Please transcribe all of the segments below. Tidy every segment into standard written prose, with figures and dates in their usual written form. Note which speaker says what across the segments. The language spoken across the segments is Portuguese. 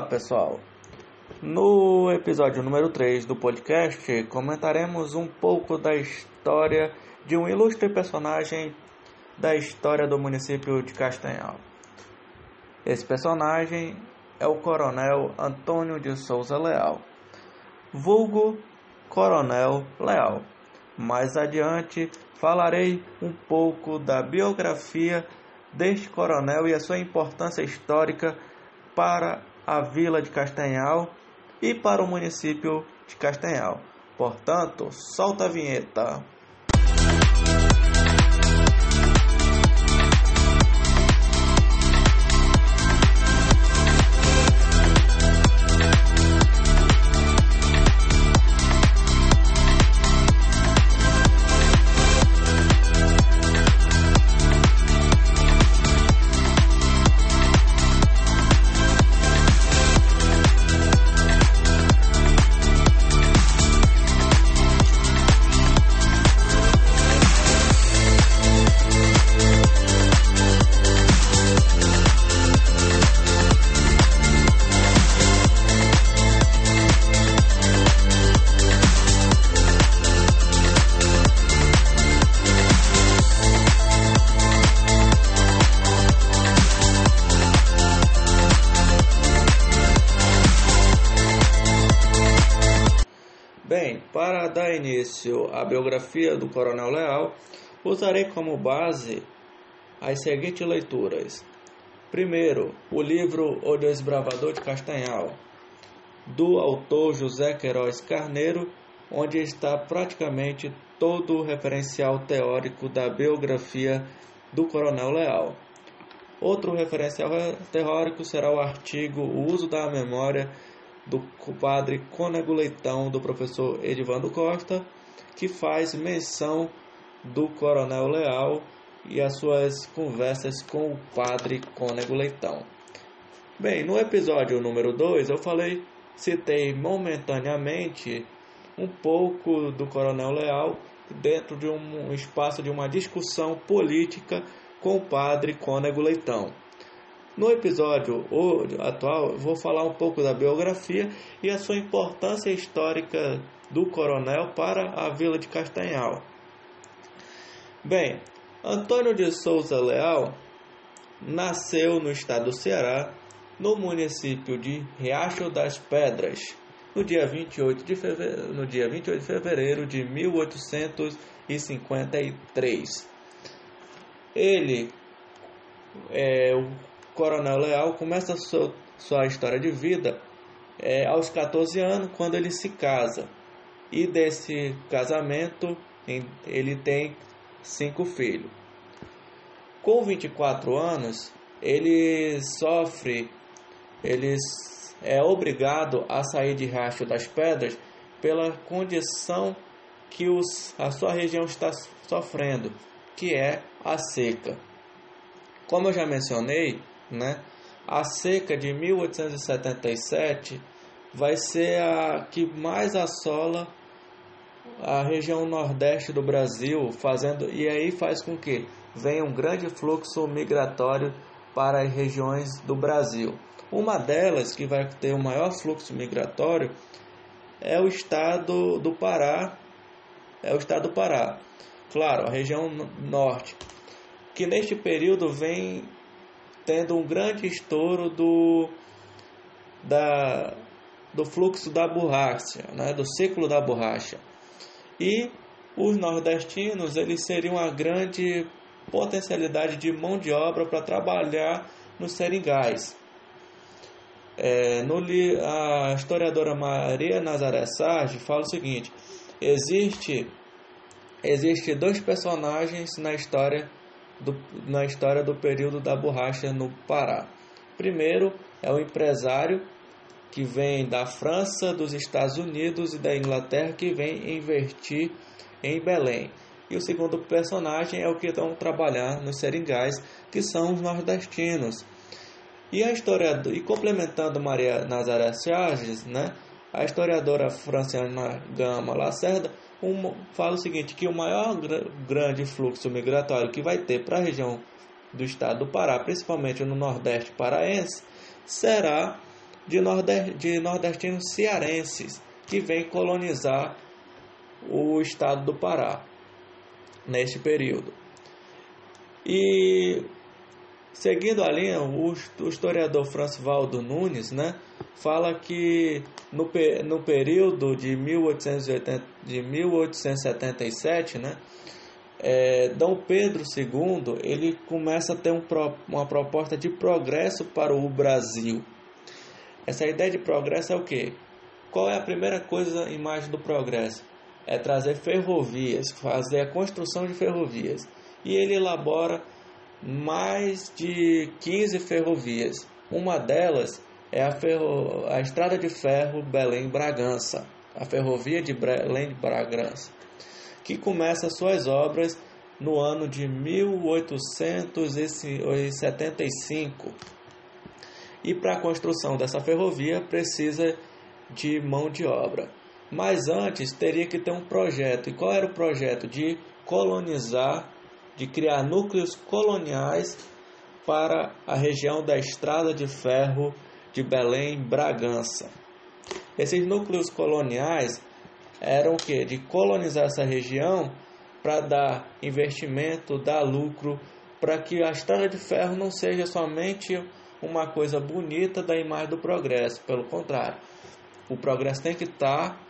Speaker 1: pessoal! No episódio número 3 do podcast, comentaremos um pouco da história de um ilustre personagem da história do município de Castanhal. Esse personagem é o Coronel Antônio de Souza Leal, vulgo Coronel Leal. Mais adiante falarei um pouco da biografia deste coronel e a sua importância histórica para a vila de Castanhal e para o município de Castanhal. Portanto, solta a vinheta. Bem, para dar início à biografia do Coronel Leal, usarei como base as seguintes leituras. Primeiro, o livro O Desbravador de Castanhal, do autor José Queiroz Carneiro, onde está praticamente todo o referencial teórico da biografia do Coronel Leal. Outro referencial teórico será o artigo O Uso da Memória, do padre Cônego Leitão, do professor Edivando Costa, que faz menção do Coronel Leal e as suas conversas com o padre Cônego Leitão. Bem, no episódio número 2 eu citei momentaneamente um pouco do Coronel Leal dentro de um espaço de uma discussão política com o padre Cônego Leitão. No episódio atual, eu vou falar um pouco da biografia e a sua importância histórica do coronel para a vila de Castanhal. Bem, Antônio de Souza Leal nasceu no estado do Ceará, no município de Riacho das Pedras, no dia 28 de fevereiro de 1853. O Coronel Leal começa sua história de vida aos 14 anos, quando ele se casa. E desse casamento, ele tem 5 filhos. Com 24 anos, ele é obrigado a sair de Riacho das Pedras pela condição que a sua região está sofrendo, que é a seca. Como eu já mencionei, a seca de 1877 vai ser a que mais assola a região nordeste do Brasil, e aí faz com que venha um grande fluxo migratório para as regiões do Brasil. Uma delas, que vai ter o maior fluxo migratório, é o estado do Pará. Claro, a região norte, que neste período vem tendo um grande estouro do fluxo da borracha, do ciclo da borracha. E os nordestinos, eles seriam uma grande potencialidade de mão de obra para trabalhar nos seringais. A historiadora Maria Nazaré Sardi fala o seguinte: existe 2 personagens na história do período da borracha no Pará. Primeiro é o empresário que vem da França, dos Estados Unidos e da Inglaterra, que vem investir em Belém. E o segundo personagem é o que estão trabalhando nos seringais, que são os nordestinos. E complementando Maria Nazaré Sardi, a historiadora Franciana Gama Lacerda fala o seguinte, que o maior grande fluxo migratório que vai ter para a região do estado do Pará, principalmente no Nordeste paraense, será de nordestinos cearenses que vêm colonizar o estado do Pará neste período. E seguindo a linha, o historiador Francivaldo Nunes, né, fala que no período de 1877, né, Dom Pedro II ele começa a ter uma proposta de progresso para o Brasil. Essa ideia de progresso é o quê? Qual é a primeira coisa em imagem do progresso? É trazer ferrovias, fazer a construção de ferrovias. E ele elabora mais de 15 ferrovias. Uma delas é a Estrada de Ferro Belém-Bragança, a Ferrovia de Belém-Bragança, que começa suas obras no ano de 1875. E para a construção dessa ferrovia precisa de mão de obra. Mas antes teria que ter um projeto. E qual era o projeto? De colonizar, de criar núcleos coloniais para a região da Estrada de Ferro de Belém-Bragança. Esses núcleos coloniais eram o quê? De colonizar essa região para dar investimento, dar lucro, para que a Estrada de Ferro não seja somente uma coisa bonita da imagem do progresso. Pelo contrário, o progresso tem que estar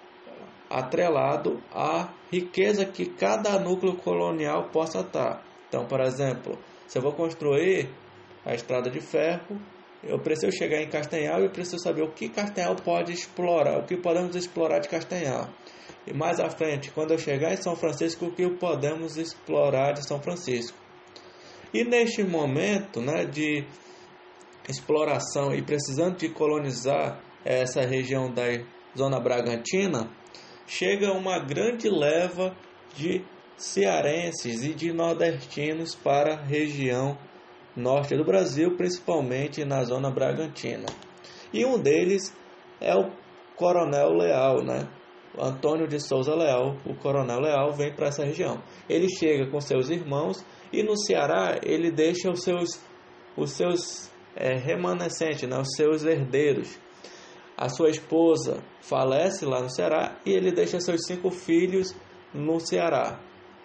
Speaker 1: atrelado à riqueza que cada núcleo colonial possa estar. Então, por exemplo, se eu vou construir a Estrada de Ferro, eu preciso chegar em Castanhal e eu preciso saber o que Castanhal pode explorar, o que podemos explorar de Castanhal. E mais à frente, quando eu chegar em São Francisco, o que podemos explorar de São Francisco. E neste momento, né, de exploração e precisando de colonizar essa região da Zona Bragantina, chega uma grande leva de cearenses e de nordestinos para a região norte do Brasil, principalmente na Zona Bragantina. E um deles é o Coronel Leal, né? Antônio de Souza Leal, o Coronel Leal vem para essa região. Ele chega com seus irmãos e no Ceará ele deixa os seus remanescentes, né? Os seus herdeiros. A sua esposa falece lá no Ceará e ele deixa seus 5 filhos no Ceará.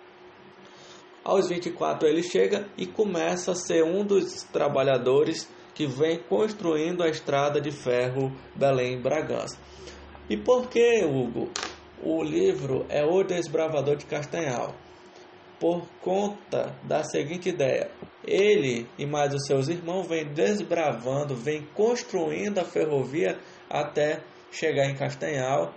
Speaker 1: Aos 24 ele chega e começa a ser um dos trabalhadores que vem construindo a Estrada de Ferro Belém-Bragança. E por que, Hugo, o livro é O Desbravador de Castanhal? Por conta da seguinte ideia: ele e mais os seus irmãos vêm desbravando, vêm construindo a ferrovia até chegar em Castanhal,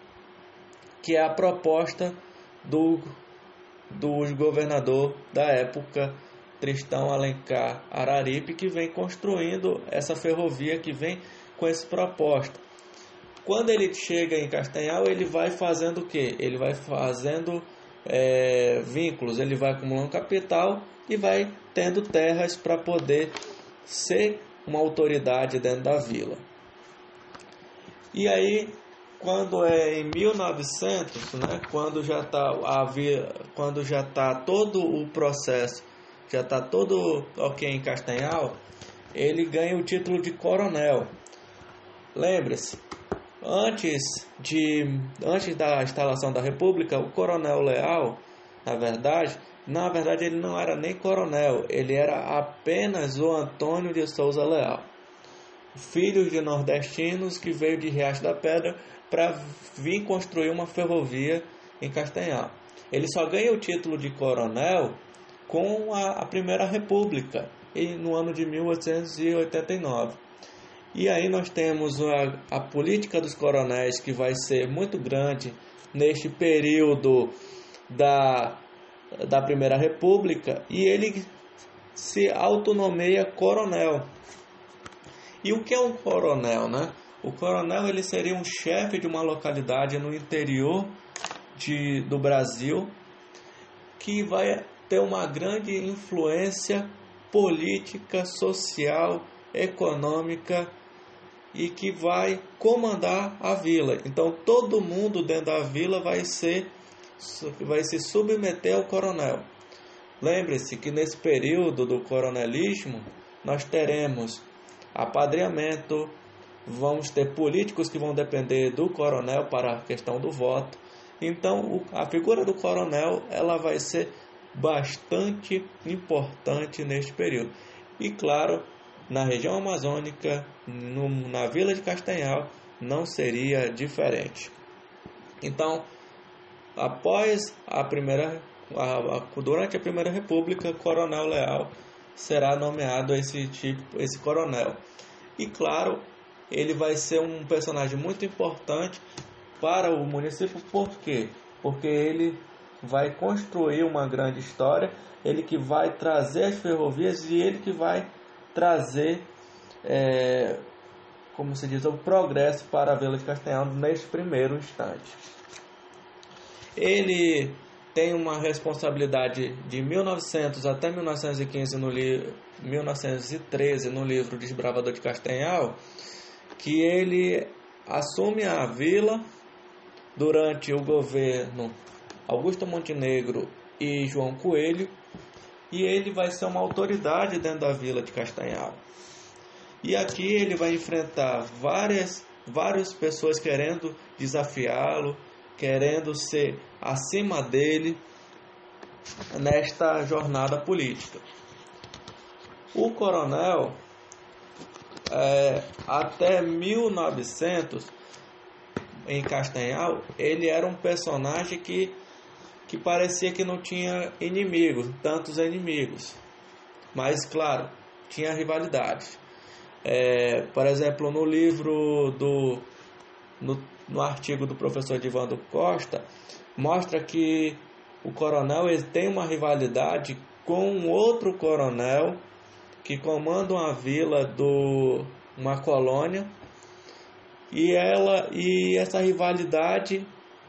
Speaker 1: que é a proposta do governador da época, Tristão Alencar Araripe, que vem construindo essa ferrovia, que vem com essa proposta. Quando ele chega em Castanhal, ele vai fazendo o quê? Ele vai fazendo vínculos, ele vai acumulando capital e vai tendo terras para poder ser uma autoridade dentro da vila. E aí, quando é em 1900, né, quando já está todo o processo, já está todo ok em Castanhal, ele ganha o título de coronel. Lembre-se, antes da instalação da República, o Coronel Leal, na verdade ele não era nem coronel, ele era apenas o Antônio de Souza Leal, filho de nordestinos que veio de Riacho da Pedra para vir construir uma ferrovia em Castanhal. Ele só ganha o título de coronel com a Primeira República, no ano de 1889. E aí nós temos a política dos coronéis, que vai ser muito grande neste período da Primeira República, e ele se autonomeia coronel. E o que é um coronel, né? O coronel ele seria um chefe de uma localidade no interior do Brasil, que vai ter uma grande influência política, social, econômica, e que vai comandar a vila. Então todo mundo dentro da vila vai se submeter ao coronel. Lembre-se que nesse período do coronelismo nós teremos apadrinhamento, vamos ter políticos que vão depender do coronel para a questão do voto. Então, a figura do coronel ela vai ser bastante importante neste período. E claro, na região amazônica, na Vila de Castanhal, não seria diferente. Então, durante a Primeira República, Coronel Leal será nomeado esse coronel. E claro, ele vai ser um personagem muito importante para o município. Por quê? Porque ele vai construir uma grande história, ele que vai trazer as ferrovias e ele que vai trazer, como se diz, o progresso para a Vila de Castanhal neste primeiro instante. Ele tem uma responsabilidade de 1900 até 1915 1913 no livro Desbravador de Castanhal, que ele assume a vila durante o governo Augusto Montenegro e João Coelho, e ele vai ser uma autoridade dentro da Vila de Castanhal. E aqui ele vai enfrentar várias pessoas querendo desafiá-lo, querendo ser acima dele nesta jornada política. O coronel, até 1900, em Castanhal, ele era um personagem que parecia que não tinha tantos inimigos. Mas, claro, tinha rivalidades. Por exemplo, no livro no artigo do professor Divando Costa, mostra que o coronel ele tem uma rivalidade com outro coronel que comanda uma vila uma colônia, e essa rivalidade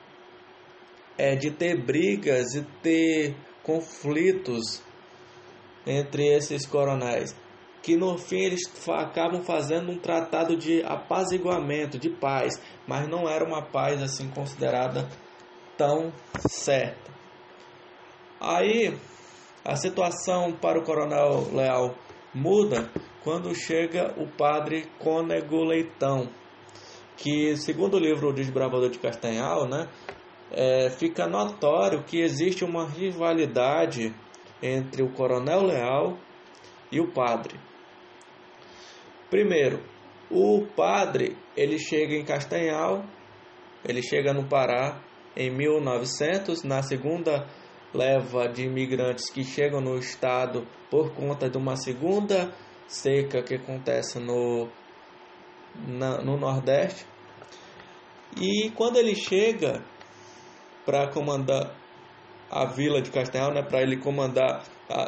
Speaker 1: é de ter brigas e ter conflitos entre esses coronéis, que no fim eles acabam fazendo um tratado de apaziguamento, de paz, mas não era uma paz assim considerada tão certa. Aí a situação para o coronel Leal muda quando chega o padre Cônego Leitão, que segundo o livro Desbravador de Castanhal, fica notório que existe uma rivalidade entre o coronel Leal e o padre. Primeiro, o padre ele chega em Castanhal, ele chega no Pará em 1900, na segunda leva de imigrantes que chegam no estado por conta de uma segunda seca que acontece no Nordeste. E quando ele chega para comandar a Vila de Castanhal, para ele comandar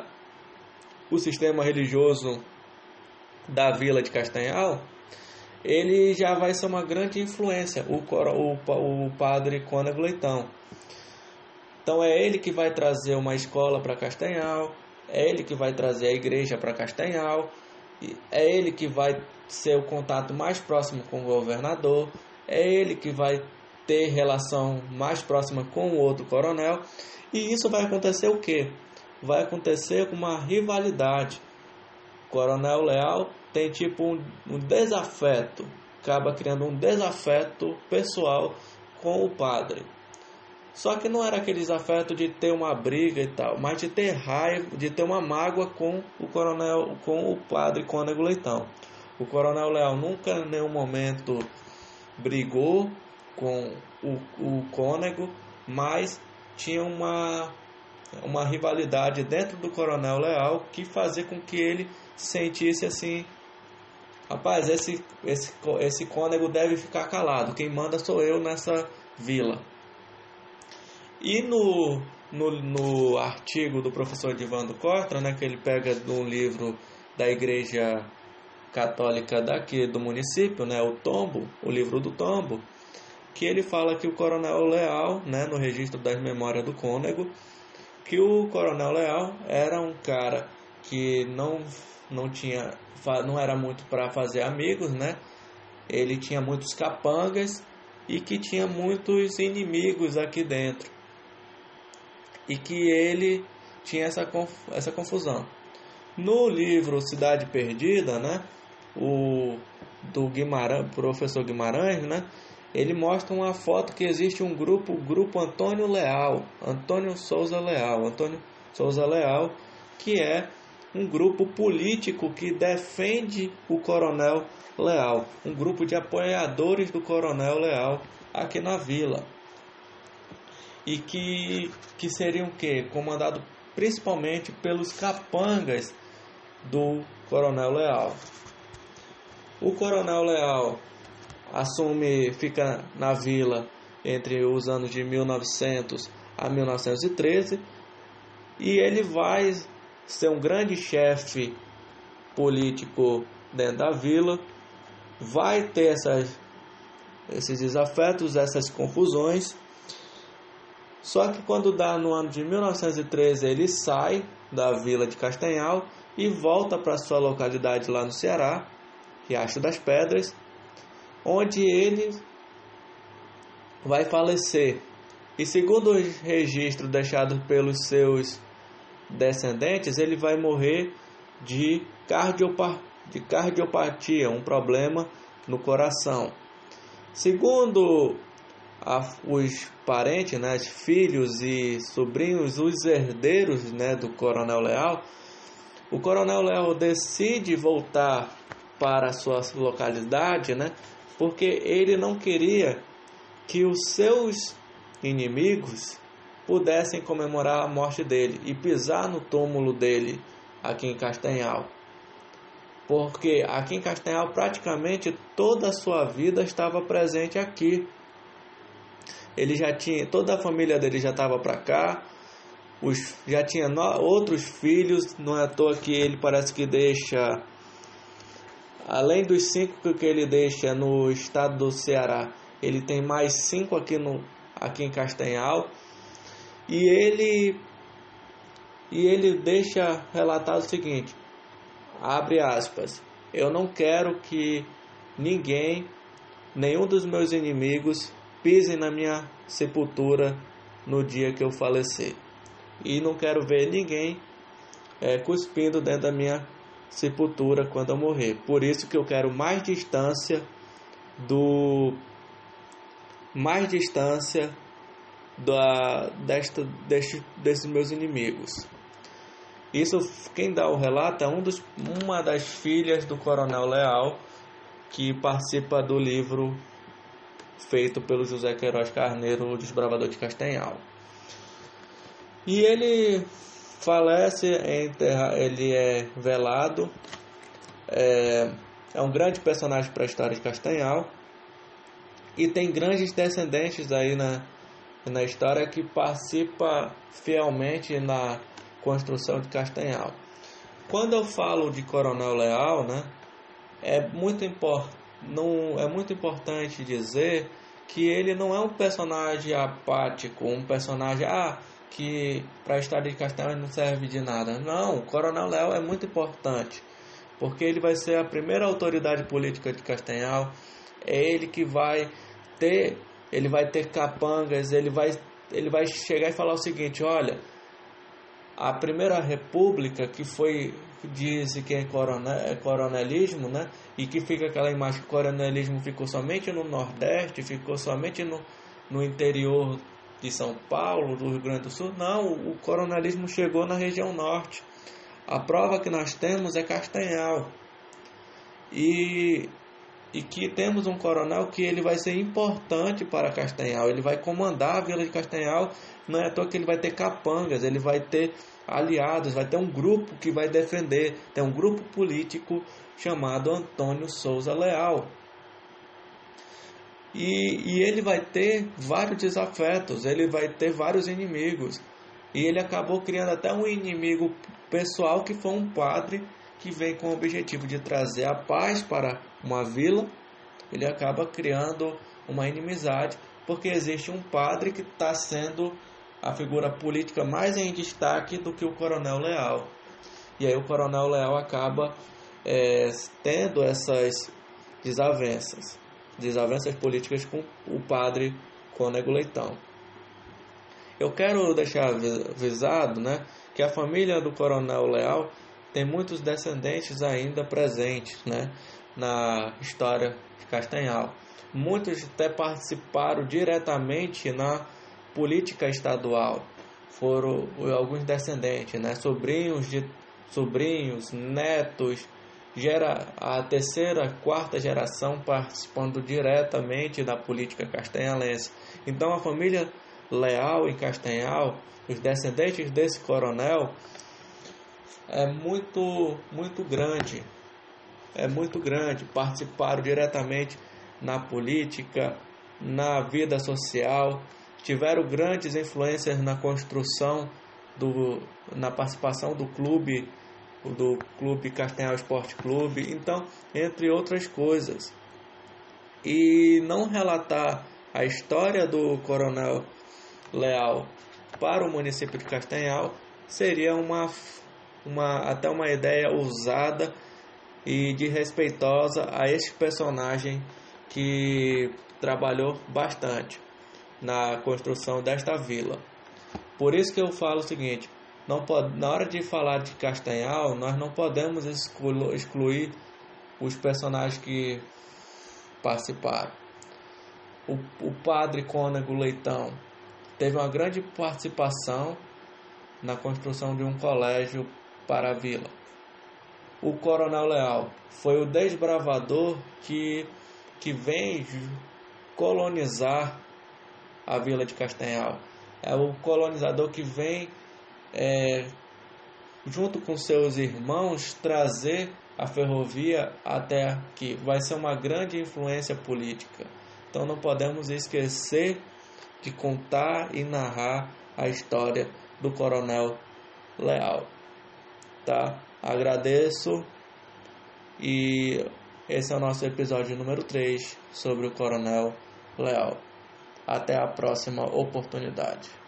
Speaker 1: o sistema religioso da Vila de Castanhal, ele já vai ser uma grande influência, o padre Cônego Leitão. Então é ele que vai trazer uma escola para Castanhal, é ele que vai trazer a igreja para Castanhal, é ele que vai ser o contato mais próximo com o governador, é ele que vai ter relação mais próxima com o outro coronel. E isso vai acontecer o quê? Vai acontecer uma rivalidade. O coronel Leal tem tipo um desafeto, acaba criando um desafeto pessoal com o padre. Só que não era aquele desafeto de ter uma briga e tal, mas de ter raiva, de ter uma mágoa com o padre Cônego Leitão. O coronel Leal nunca em nenhum momento brigou com o Cônego, mas tinha uma rivalidade dentro do coronel Leal que fazia com que ele sentisse assim: rapaz, esse Cônego deve ficar calado, quem manda sou eu nessa vila. E no artigo do professor Divando Costa, que ele pega do livro da Igreja Católica daqui do município, o livro do Tombo, que ele fala que o coronel Leal, no registro das memórias do Cônego, que o coronel Leal era um cara que não era muito para fazer amigos, ele tinha muitos capangas e que tinha muitos inimigos aqui dentro, e que ele tinha essa confusão. No livro Cidade Perdida, do Guimarães, professor Guimarães, né? Ele mostra uma foto que existe um grupo, o grupo Antônio Souza Leal, que é um grupo político que defende o Coronel Leal, um grupo de apoiadores do Coronel Leal aqui na vila. E que seriam o quê? Comandado principalmente pelos capangas do Coronel Leal. O Coronel Leal fica na vila entre os anos de 1900 a 1913 e ele vai ser um grande chefe político dentro da vila, vai ter esses desafetos, essas confusões. Só que quando dá no ano de 1913 ele sai da vila de Castanhal e volta para sua localidade lá no Ceará, Riacho das Pedras, onde ele vai falecer. E segundo os registros deixados pelos seus descendentes, ele vai morrer de cardiopatia, um problema no coração. Segundo os parentes, né, os filhos e sobrinhos, os herdeiros, né, do Coronel Leal, o Coronel Leal decide voltar para a sua localidade, né, porque ele não queria que os seus inimigos pudessem comemorar a morte dele e pisar no túmulo dele aqui em Castanhal. Porque aqui em Castanhal praticamente toda a sua vida estava presente aqui. Ele já tinha, toda a família dele já estava para cá, já tinha outros filhos, não é à toa que ele parece que deixa, além dos 5 que ele deixa no estado do Ceará, ele tem mais 5 aqui em Castanhal, e ele deixa relatado o seguinte, abre aspas, eu não quero que nenhum dos meus inimigos pisem na minha sepultura no dia que eu falecer. E não quero ver ninguém cuspindo dentro da minha sepultura quando eu morrer. Por isso que eu quero mais distância desses meus inimigos. Isso, quem dá o relato é uma das filhas do Coronel Leal, que participa do livro feito pelo José Queiroz Carneiro, o Desbravador de Castanhal. E ele falece, ele é velado, é um grande personagem para a história de Castanhal, e tem grandes descendentes aí na história que participa fielmente na construção de Castanhal. Quando eu falo de Coronel Leal, né, é muito importante dizer que ele não é um personagem apático, um personagem que para a história de Castanhal não serve de nada. Não, o Coronel Leal é muito importante, porque ele vai ser a primeira autoridade política de Castanhal, é ele que vai ter capangas, ele vai chegar e falar o seguinte, olha, a primeira república que diz que é coronelismo, né? E que fica aquela imagem que o coronelismo ficou somente no Nordeste, ficou somente no interior de São Paulo, do Rio Grande do Sul. Não, o coronelismo chegou na região Norte. A prova que nós temos é Castanhal. E que temos um coronel que ele vai ser importante para Castanhal, ele vai comandar a vila de Castanhal, não é à toa que ele vai ter capangas, ele vai ter aliados, vai ter um grupo que vai defender, tem um grupo político chamado Antônio Souza Leal. E ele vai ter vários desafetos, ele vai ter vários inimigos, e ele acabou criando até um inimigo pessoal que foi um padre que vem com o objetivo de trazer a paz para uma vila. Ele acaba criando uma inimizade, porque existe um padre que está sendo a figura política mais em destaque do que o Coronel Leal. E aí o Coronel Leal acaba tendo essas desavenças políticas com o padre Cônego Leitão. Eu quero deixar avisado, né, que a família do Coronel Leal tem muitos descendentes ainda presentes, né? na história de Castanhal. Muitos até participaram diretamente na política estadual. Foram alguns descendentes, né? Sobrinhos, netos, a terceira, quarta geração participando diretamente da política castanhalense. Então a família Leal em Castanhal, os descendentes desse coronel, é muito grande. É muito grande. Participaram diretamente na política, na vida social, tiveram grandes influências na construção, na participação do Clube Castanhal Esporte Clube, então, entre outras coisas. E não relatar a história do Coronel Leal para o município de Castanhal seria até uma ideia ousada e desrespeitosa a este personagem que trabalhou bastante na construção desta vila. Por isso que eu falo o seguinte: na hora de falar de Castanhal, nós não podemos excluir os personagens que participaram. O padre Cônego Leitão teve uma grande participação na construção de um colégio para a vila. O Coronel Leal foi o desbravador que vem colonizar a vila de Castanhal. É o colonizador que vem, junto com seus irmãos, trazer a ferrovia até aqui. Vai ser uma grande influência política. Então não podemos esquecer de contar e narrar a história do Coronel Leal. Tá? Agradeço, e esse é o nosso episódio número 3 sobre o Coronel Leal. Até a próxima oportunidade.